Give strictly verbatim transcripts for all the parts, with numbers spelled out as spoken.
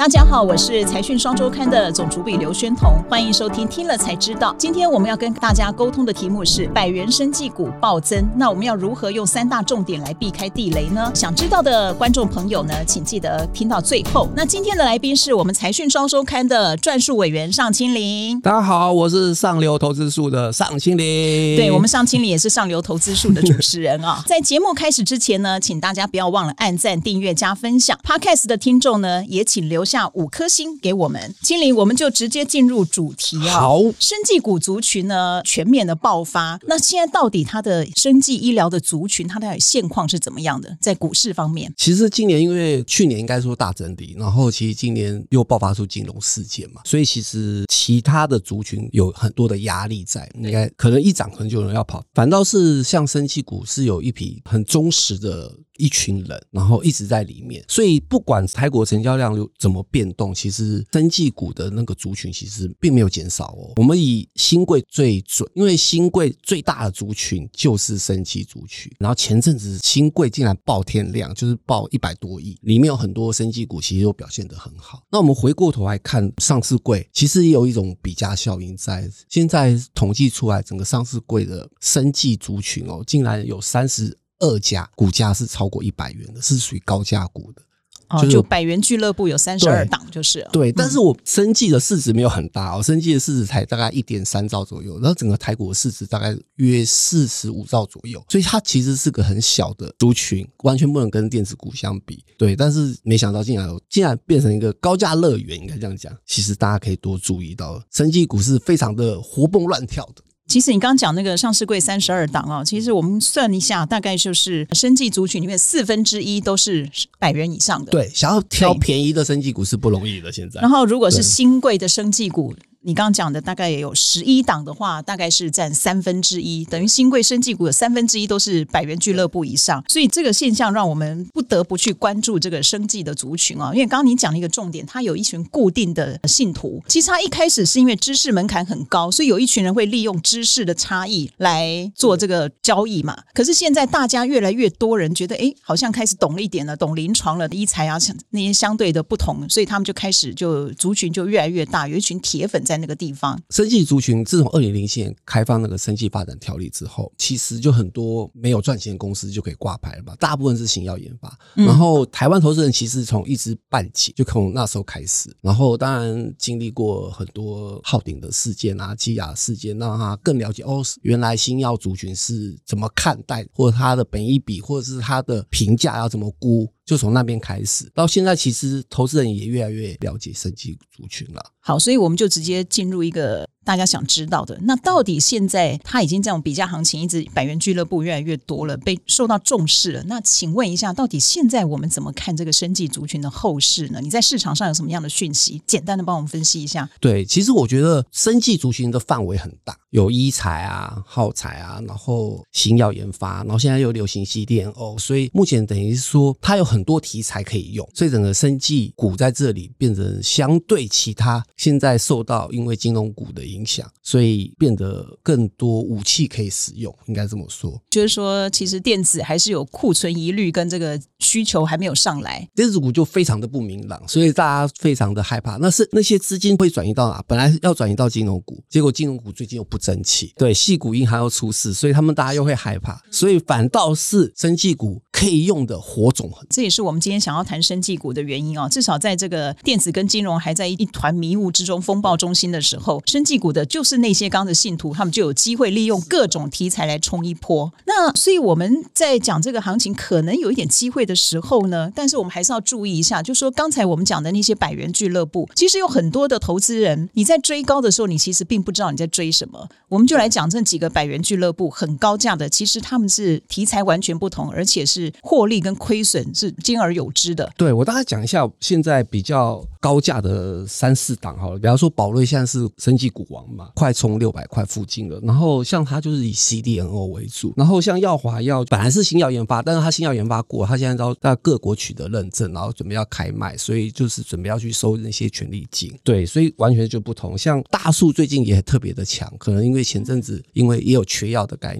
大家好，我是财讯双周刊的总主笔刘宣彤，欢迎收听听了才知道。今天我们要跟大家沟通的题目是百元生技股暴增，那我们要如何用三大重点来避开地雷呢？想知道的观众朋友呢，请记得听到最后。那今天的来宾是我们财讯双周刊的撰述委员尚清林。 大家好，我是上流投资术的尚清林。 对，我们尚清林也是上流投资术的主持人啊。在节目开始之前呢，请大家不要忘了按赞、订阅、加分享。Podcast 的听众呢，也请留下五颗星给我们。清林，我们就直接进入主题啊。 好， 生技股族群呢全面的爆发，那现在到底它的生技医疗的族群，它的现况是怎么样的？在股市方面， 其实今年因为去年应该说大整理，然后其实今年又爆发出金融事件嘛，所以其实其他的族群有很多的压力在，应该可能一涨可能就有人要跑，反倒是像生技股是有一批很忠实的一群人，然后一直在里面，所以不管台股成交量怎么变动，其实生技股的那个族群其实并没有减少哦。我们以新贵最准，因为新贵最大的族群就是生技族群，然后前阵子新贵竟然爆天量，就是爆一百多亿，里面有很多生技股其实都表现得很好。那我们回过头来看上市柜，其实也有一种比价效应在，现在统计出来整个上市柜的生技族群哦，竟然有三十二家股价是超过一百元的，是属于高价股的。 哦， 就是就百元俱乐部有三十二档就是了。 对，但是我生技的市值没有很大哦，生技的市值才大概 一点三兆左右，然后整个台股的市值大概约四十五兆左右，所以它其实是个很小的族群，完全不能跟电子股相比。对，但是没想到竟然有竟然变成一个高价乐园，应该这样讲。其实大家可以多注意到，生技股是非常的活蹦乱跳的。 其实你刚刚讲那个上市柜三十二档啊，其实我们算一下，大概就是生技族群里面四分之一都是百元以上的。 对，想要挑便宜的生技股是不容易的现在。 然后如果是新贵的生技股，你刚刚讲的大概也有十一档的话，大概是占三分之一，等于新贵生技股的三分之一都是百元俱乐部以上，所以这个现象让我们不得不去关注这个生技的族群啊。因为刚刚你讲了一个重点，它有一群固定的信徒，其实它一开始是因为知识门槛很高，所以有一群人会利用知识的差异来做这个交易嘛。可是现在大家越来越多人觉得，哎，好像开始懂了一点了，懂临床了，医材啊那些相对的不同，所以他们就开始就族群就越来越大，有一群铁粉在那个地方。 生技族群自从二零零七年开放那个生技发展条例之后，其实就很多没有赚钱的公司就可以挂牌了吧，大部分是新药研发、嗯、然后台湾投资人其实从一知半解，就从那时候开始，然后当然经历过很多浩鼎的事件啊、基亚事件，让他更了解哦，原来新药族群是怎么看待，或者他的本益比，或者是他的评价要怎么估，就从那边开始到现在，其实投资人也越来越了解生技族群了。 好，所以我们就直接进入一个大家想知道的，那到底现在它已经这种比价行情一直百元俱乐部越来越多了，被受到重视了，那请问一下，到底现在我们怎么看这个生技族群的后市呢？你在市场上有什么样的讯息？简单的帮我们分析一下。 对，其实我觉得生技族群的范围很大，有医材啊、耗材啊，然后新药研发，然后现在又流行 C D M O， 所以目前等于是说它有很多题材可以用，所以整个生技股在这里变成相对其他现在受到因为金融股的影响，所以变得更多武器可以使用，应该这么说。 就是说其实电子还是有库存疑虑跟这个需求还没有上来， 电子股就非常的不明朗，所以大家非常的害怕，那是那些资金会转移到哪？本来要转移到金融股，结果金融股最近又不争气，对，矽谷银行又出事，所以他们大家又会害怕，所以反倒是生技股可以用的火种很， 这也是我们今天想要谈生技股的原因哦。至少在这个电子跟金融还在一团迷雾之中风暴中心的时候，生技股的就是那些刚的信徒，他们就有机会利用各种题材来冲一波。那所以我们在讲这个行情可能有一点机会的时候呢，但是我们还是要注意一下，就是说刚才我们讲的那些百元俱乐部，其实有很多的投资人，你在追高的时候你其实并不知道你在追什么。我们就来讲这几个百元俱乐部很高价的，其实他们是题材完全不同，而且是获利跟亏损是兼而有之的。 对，我大概讲一下现在比较高价的三四档好了，比方说宝瑞现在是生技股王嘛，快冲六百块附近了，然后像它就是以 C D M O 为主，然后像药华药本来是新药研发，但是它新药研发过，它现在都在各国取得认证，然后准备要开卖，所以就是准备要去收那些权利金。对，所以完全就不同。像大树最近也特别的强，可能因为前阵子因为也有缺药的概念，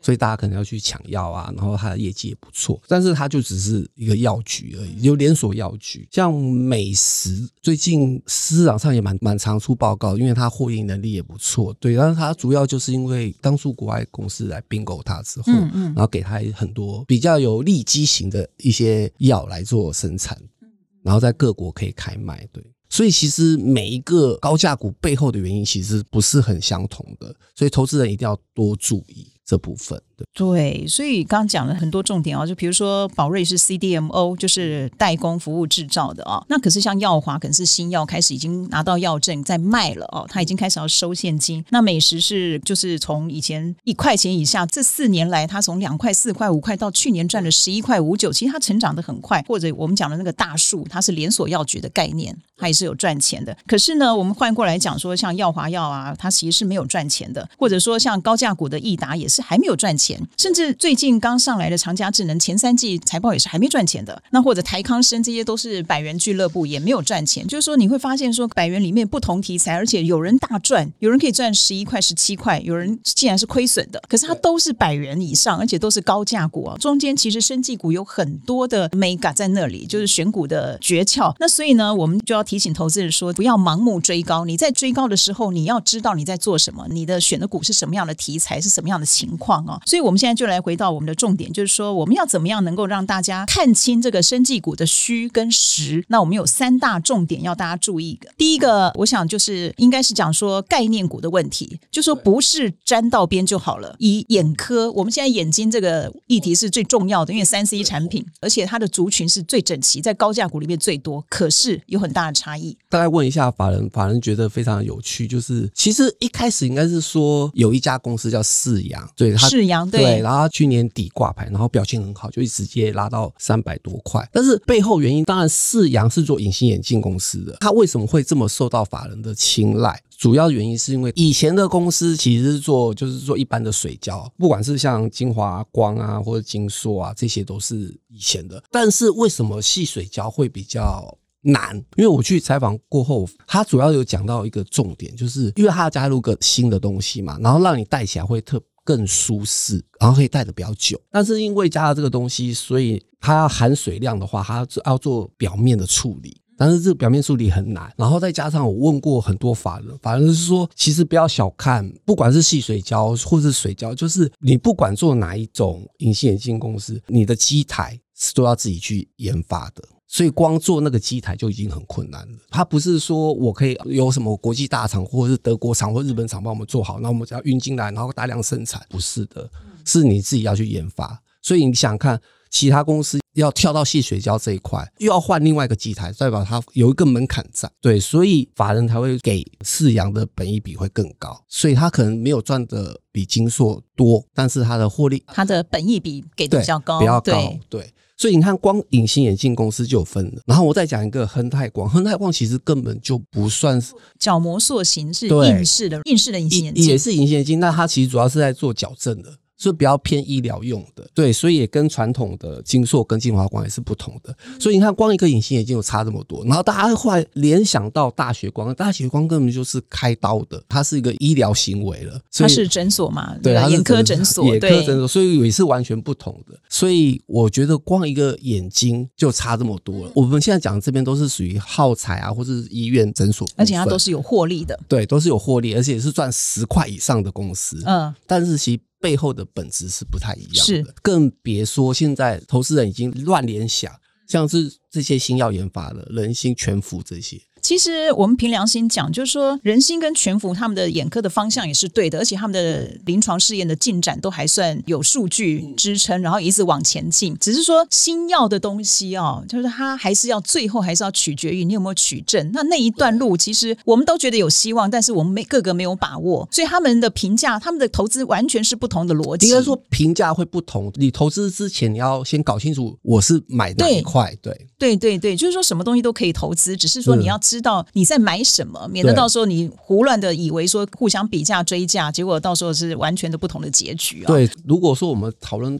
所以大家可能要去抢药啊，然后它的业绩也不错，但是它就只是一个药局而已，就连锁药局。像美食最近市场上也蛮蛮常出报告，因为它获利能力也不错，对，但是它主要就是因为当初国外公司来并购它之后，嗯嗯，然后给它很多比较有利基型的一些药来做生产，然后在各国可以开卖，对。所以其实每一个高价股背后的原因其实不是很相同的，所以投资人一定要多注意这部分。对， 对，所以刚刚讲了很多重点啊，就比如说宝瑞是 C D M O， 就是代工服务制造的啊。那可是像耀华可能是新药开始已经拿到药证在卖了哦，它已经开始要收现金。那美食是就是从以前一块钱以下，这四年来它从两块、四块、五块到去年赚了十一块五九，其实它成长得很快。或者我们讲的那个大树，它是连锁药局的概念，它也是有赚钱的。可是呢，我们换过来讲说，像耀华药啊，它其实是没有赚钱的，或者说像高价股的益达也是还没有赚钱。甚至最近刚上来的长嘉智能前三季财报也是还没赚钱的，那或者台康生这些都是百元俱乐部也没有赚钱。就是说你会发现说百元里面不同题材，而且有人大赚，有人可以赚十一块十七块，有人竟然是亏损的，可是它都是百元以上，而且都是高价股啊。中间其实生技股有很多的 mega 在那里，就是选股的诀窍。那所以呢，我们就要提醒投资人说，不要盲目追高，你在追高的时候你要知道你在做什么，你的选的股是什么样的题材，是什么样的情况哦。所以我们现在就来回到我们的重点，就是说我们要怎么样能够让大家看清这个生技股的虚跟实。那我们有三大重点要大家注意。第一个我想就是应该是讲说概念股的问题，就说不是沾到边就好了。以眼科，我们现在眼睛这个议题是最重要的，因为 三 C 产品，而且它的族群是最整齐，在高价股里面最多，可是有很大的差异。 大概问一下法人，法人觉得非常有趣，就是其实一开始应该是说有一家公司叫世阳，对，它世阳 对, 对，然后它去年底挂牌，然后表现很好，就直接拉到三百多块。但是背后原因，当然世阳是做隐形眼镜公司的，它为什么会这么受到法人的青睐？主要原因是因为以前的公司其实是做就是做一般的水胶，不管是像精华光啊或者精硕啊，这些都是以前的。但是为什么细水胶会比较难？因为我去采访过后，他主要有讲到一个重点，就是因为他要加入个新的东西嘛，然后让你戴起来会特更舒适，然后可以戴得比较久。但是因为加了这个东西，所以它要含水量的话，它要做表面的处理。但是这个表面处理很难，然后再加上我问过很多法人，法人是说其实不要小看，不管是细水胶或是水胶，就是你不管做哪一种隐形眼镜公司，你的机台是都要自己去研发的，所以光做那个机台就已经很困难了。它不是说我可以有什么国际大厂或者是德国厂或日本厂帮我们做好，那我们只要运进来然后大量生产，不是的，是你自己要去研发。所以你想看其他公司要跳到细水胶这一块，又要换另外一个机台，代表它有一个门槛在，对，所以法人才会给世阳的本益比会更高，所以它可能没有赚的比精硕多，但是它的获利， 它的本益比给的比较高， 比较高， 对, 对，所以你看光隐形眼镜公司就有分了。然后我再讲一个亨泰光，亨泰光其实根本就不算是角膜塑形，是硬式的硬式的隐形眼镜， 也是隐形眼镜，但它其实主要是在做矫正的，所以比较偏医疗用的，对，所以也跟传统的精硕跟精华光也是不同的。所以你看光一个隐形眼镜有差这么多，然后大家后来联想到大学光，大学光根本就是开刀的，它是一个医疗行为了，所以它是诊所嘛， 对，它是眼科诊所， 眼科诊所，所以也是完全不同的。所以我觉得光一个眼睛就差这么多了。我们现在讲的这边都是属于耗材啊，或是医院诊所， 而且它都是有获利的， 对，都是有获利，而且是赚十块以上的公司，嗯，但是其实背后的本质是不太一样的，是，更别说现在投资人已经乱联想，像是这些新药研发的人心全服这些。 其实我们凭良心讲，就是说人心跟全福他们的眼科的方向也是对的，而且他们的临床试验的进展都还算有数据支撑，然后一直往前进。只是说新药的东西哦，就是它还是要最后还是要取决于你有没有取证。那那一段路其实我们都觉得有希望，但是我们没个个没有把握，所以他们的评价，他们的投资完全是不同的逻辑。 应该说评价会不同，你投资之前你要先搞清楚我是买哪一块。对对对对，就是说什么东西都可以投资，只是说你要知道你在买什么，免得到时候你胡乱的以为说互相比价追价，结果到时候是完全的不同的结局啊。 对，如果说我们讨论到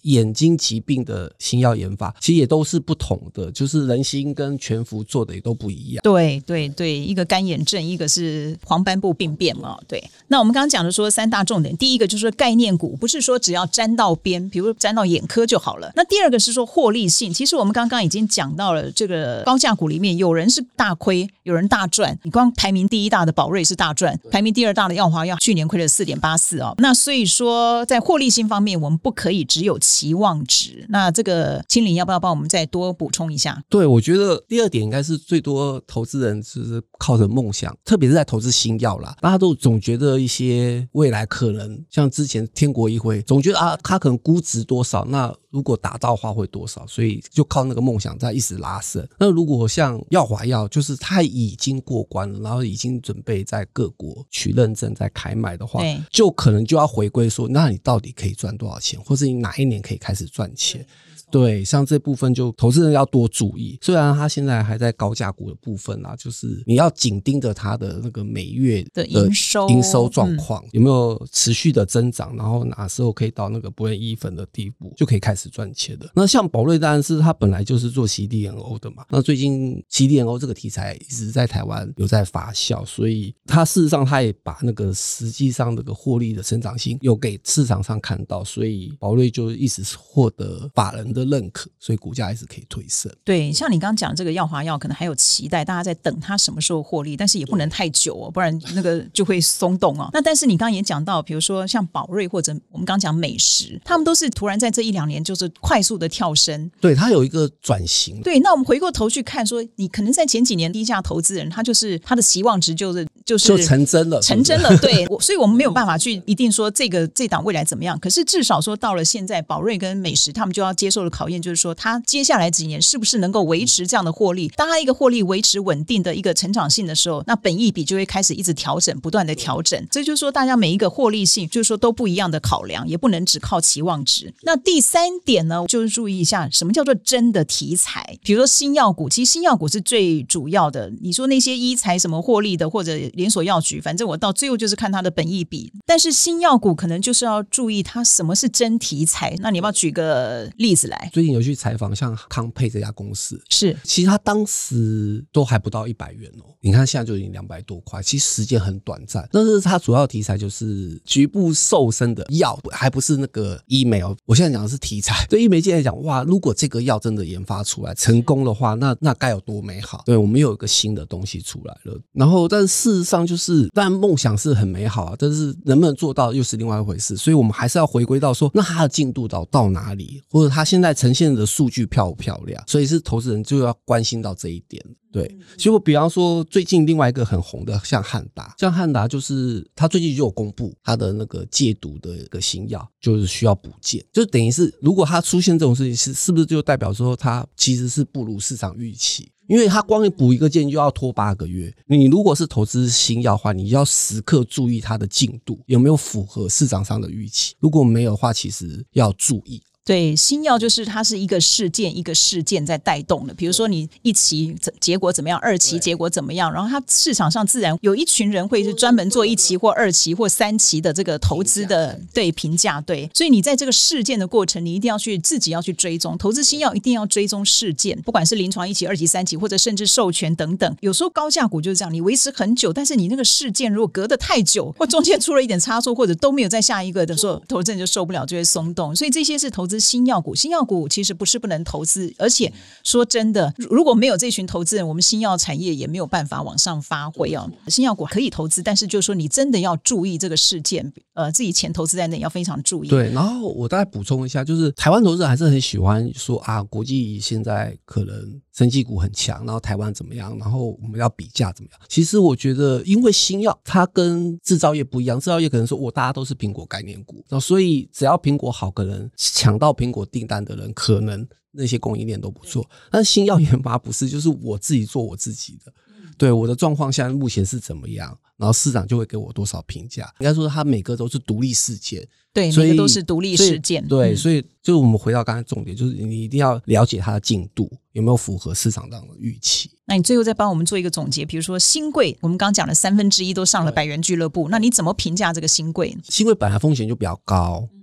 眼睛疾病的新药研发其实也都是不同的，就是人心跟全福做的也都不一样。 对对对，一个干眼症，一个是黄斑部病变嘛。对，那我们刚刚讲的说三大重点，第一个就是说概念股，不是说只要沾到边，比如沾到眼科就好了。那第二个是说获利性，其实我们刚刚已经讲到了，这个高价股里面有人是大亏，有人大赚。你光排名第一大的宝瑞是大赚，排名第二大的耀华药去年亏了 四点八四 哦。那所以说在获利性方面，我们不可以只有期望值。那这个清林要不要帮我们再多补充一下？ 对，我觉得第二点应该是最多投资人就是靠着梦想，特别是在投资新药啦，大家都总觉得一些未来可能像之前天国一辉总觉得啊，它可能估值多少，那如果达到的话会多少，所以就靠那个梦想在一直拉升。那如果像耀华药，就是它已经过关了，然后已经准备在各国取认证在开卖的话，就可能就要回归说，那你到底可以赚多少钱，或是你哪一年可以开始赚钱。对，像这部分就投资人要多注意，虽然它现在还在高价股的部分啊，就是你要紧盯着它的那个每月的营收营收状况、嗯、有没有持续的增长，然后哪时候可以到那个不会一分的地步就可以开始赚钱的。那像宝瑞当然是它本来就是做 C D M O 的嘛，那最近 C D M O 这个题材一直在台湾有在发酵，所以它事实上它也把那个实际上那个获利的成长性有给市场上看到，所以宝瑞就一直获得法人的认可，所以股价还是可以推升。 对，像你刚刚讲这个耀华药可能还有期待，大家在等它什么时候获利，但是也不能太久哦，不然那个就会松动哦。那但是你刚刚也讲到，比如说像宝瑞或者我们刚刚讲美食，他们都是突然在这一两年就是快速的跳升， 对，它有一个转型。 对，那我们回过头去看说，你可能在前几年低价投资人，他就是他的期望值就是就是就成真了， 成真了。对，所以我们没有办法去一定说这个这档未来怎么样，可是至少说到了现在，宝瑞跟美食他们就要接受的考验就是说，它接下来几年是不是能够维持这样的获利。当它一个获利维持稳定的一个成长性的时候，那本益比就会开始一直调整，不断的调整。这就是说大家每一个获利性就是说都不一样的考量，也不能只靠期望值。那第三点呢，就是注意一下什么叫做真的题材。比如说新药股，其实新药股是最主要的，你说那些医材什么获利的或者连锁药局，反正我到最后就是看它的本益比。但是新药股可能就是要注意它什么是真题材。那你要不要举个例子来？ 最近有去采访像康佩这家公司， 是其实它当时都还不到一百元哦，你看现在就已经两百多块，其实时间很短暂。但是它主要题材就是局部瘦身的药，还不是那个医美哦。我现在讲的是题材，对医美界来讲，哇，如果这个药真的研发出来成功的话，那那该有多美好。对，我们又有一个新的东西出来了。然后但是事实上就是当然梦想是很美好啊，但是能不能做到又是另外一回事。所以我们还是要回归到说，那它的进度到到哪里，或者它现在呈现的数据漂不漂亮，所以是投资人就要关心到这一点。对，所以我比方说最近另外一个很红的像汉达，像汉达就是他最近就有公布他的那个戒毒的一个新药，就是需要补件，就等于是如果他出现这种事情，是是不是就代表说他其实是不如市场预期？因为他光补一个件就要拖八个月，你如果是投资新药的话，你要时刻注意它的进度有没有符合市场上的预期，如果没有的话，其实要注意。 对，新药就是它是一个事件一个事件在带动的，比如说你一期结果怎么样，二期结果怎么样，然后它市场上自然有一群人会是专门做一期或二期或三期的这个投资的对评价。对，所以你在这个事件的过程，你一定要去自己要去追踪，投资新药一定要追踪事件，不管是临床一期、二期、三期，或者甚至授权等等。有时候高价股就是这样，你维持很久，但是你那个事件如果隔得太久，或中间出了一点差错，或者都没有在下一个的时候，投资人就受不了，就会松动。所以这些是投资新药股，新药股其实不是不能投资，而且说真的，如果没有这群投资人，我们新药产业也没有办法往上发挥哦。新药股可以投资，但是就是说你真的要注意这个事件，呃，自己钱投资在内要非常注意。 对，然后我大概补充一下，就是台湾投资人还是很喜欢说啊，国际现在可能生技股很强，然后台湾怎么样，然后我们要比价怎么样。其实我觉得因为新药它跟制造业不一样，制造业可能说我大家都是苹果概念股，所以只要苹果好，可能抢到苹果订单的人可能那些供应链都不错。但是新药研发不是，就是我自己做我自己的，对我的状况现在目前是怎么样，然后市场就会给我多少评价。应该说它每个都是独立事件， 对，每个都是独立事件。 对， 嗯、 所以就我们回到刚才重点，就是你一定要了解它的进度有没有符合市场上的预期。 那你最后再帮我们做一个总结，比如说新贵，我们刚刚讲了三分之一都上了百元俱乐部，那你怎么评价这个新贵？ 新贵本来风险就比较高，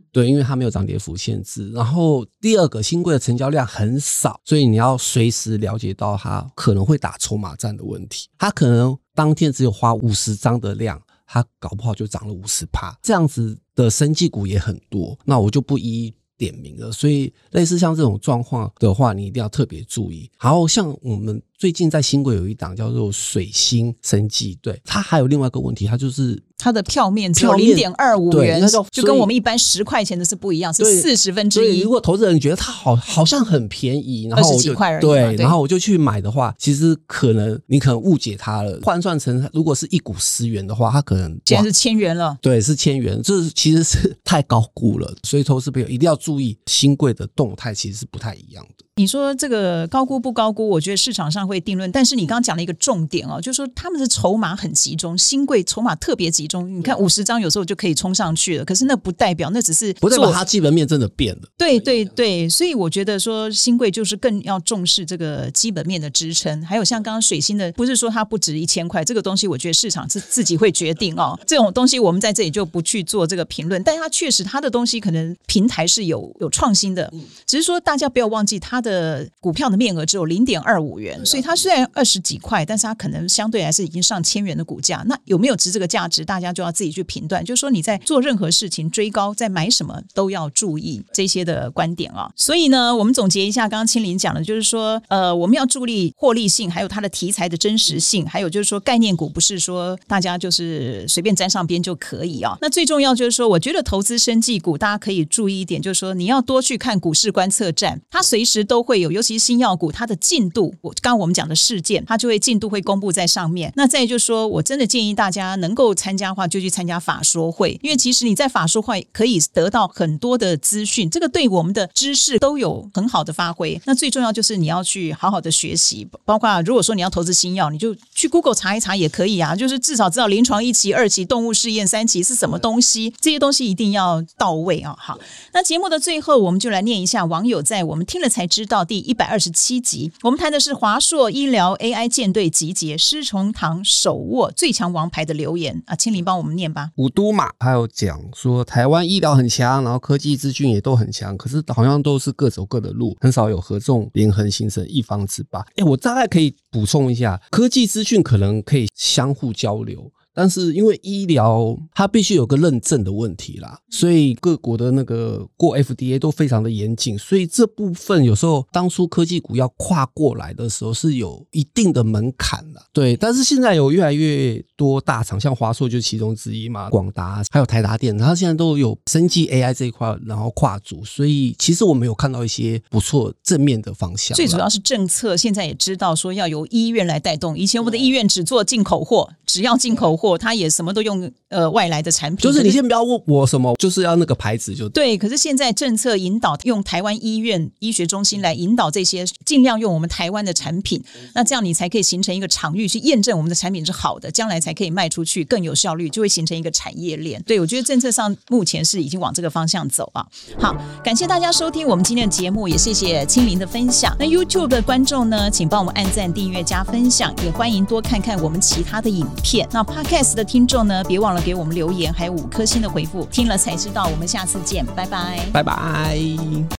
对，因为它没有涨跌幅限制。然后第二个，新贵的成交量很少，所以你要随时了解到它可能会打筹码战的问题。它可能当天只有花五十张的量，它搞不好就涨了 百分之五十， 这样子的生技股也很多，那我就不一一点名了。所以类似像这种状况的话，你一定要特别注意。然后像我们最近在新贵有一档叫做水星生技，对，它还有另外一个问题，它就是它的票面只有 零点二五 元，就, 就跟我们一般十块钱的是不一样，是四十分之一。 如果投资人觉得它好好像很便宜，然后我就二十几块而已， 对，然后我就去买的话，其实可能你可能误解它了。换算成如果是一股十元的话，它可能现在是千元了。 对，是千元，这其实是太高估了。所以投资朋友一定要注意，新贵的动态其实是不太一样的。 你说这个高估不高估，我觉得市场上会定论，但是你刚刚讲了一个重点哦，就是说他们的筹码很集中，新贵筹码特别集中，你看五十张有时候就可以冲上去了，可是那不代表那只是不代表它基本面真的变了。 对对对，所以我觉得说新贵就是更要重视这个基本面的支撑，还有像刚刚水星的，不是说它不值一千块，这个东西我觉得市场是自己会决定哦，这种东西我们在这里就不去做这个评论，但它确实它的东西可能平台是有有创新的，只是说大家不要忘记它的股票的面额只有 零点二五元，所以它虽然二十几块，但是它可能相对来是已经上千元的股价，那有没有值这个价值，大家就要自己去评断。就是说你在做任何事情追高在买什么都要注意这些的观点啊。所以呢，我们总结一下刚刚青林讲的，就是说呃，我们要注意获利性，还有它的题材的真实性，还有就是说概念股不是说大家就是随便沾上边就可以啊。那最重要就是说，我觉得投资生技股大家可以注意一点，就是说你要多去看股市观测站，它随时都会有，尤其是新药股它的进度，刚刚我们讲的事件它就会进度会公布在上面。那再就是说我真的建议大家能够参加的话就去参加法说会，因为其实你在法说会可以得到很多的资讯，这个对我们的知识都有很好的发挥。那最重要就是你要去好好的学习，包括如果说你要投资新药，你就去 Google 查一查也可以啊，就是至少知道临床一期、二期、动物试验三期是什么东西，这些东西一定要到位啊。好，那节目的最后我们就来念一下网友在我们听了才知道第一百二十七集，我们谈的是华硕医疗 A I 舰队集结，施崇棠手握最强王牌的留言啊，青林帮我们念吧。 五都嘛，还有讲说台湾医疗很强，然后科技资讯也都很强，可是好像都是各走各的路，很少有合纵连横形成一方之霸。诶，我大概可以补充一下，科技资讯可能可以相互交流，但是因为医疗它必须有个认证的问题啦，所以各国的那个过 F D A 都非常的严谨，所以这部分有时候当初科技股要跨过来的时候是有一定的门槛啦。对，但是现在有越来越多大厂，像华硕就是其中之一嘛，广达还有台达电，它现在都有生技 A I 这一块然后跨足，所以其实我们有看到一些不错正面的方向。 最主要是政策现在也知道说要由医院来带动，以前我们的医院只做进口货，只要进口货他也什么都用呃外来的产品， 就是你先不要问我什么，就是要那个牌子就对。可是现在政策引导用台湾医院医学中心来引导这些，尽量用我们台湾的产品，那这样你才可以形成一个场域去验证我们的产品是好的，将来才可以卖出去更有效率，就会形成一个产业链。对，我觉得政策上目前是已经往这个方向走啊。好，感谢大家收听我们今天的节目，也谢谢青林的分享。那 YouTube 的观众呢，请帮我们按赞订阅加分享，也欢迎多看看我们其他的影片。那 Podcast 的听众呢，别忘了给我们留言还有五颗星的回复，听了才知道。我们下次见，拜拜， 拜拜。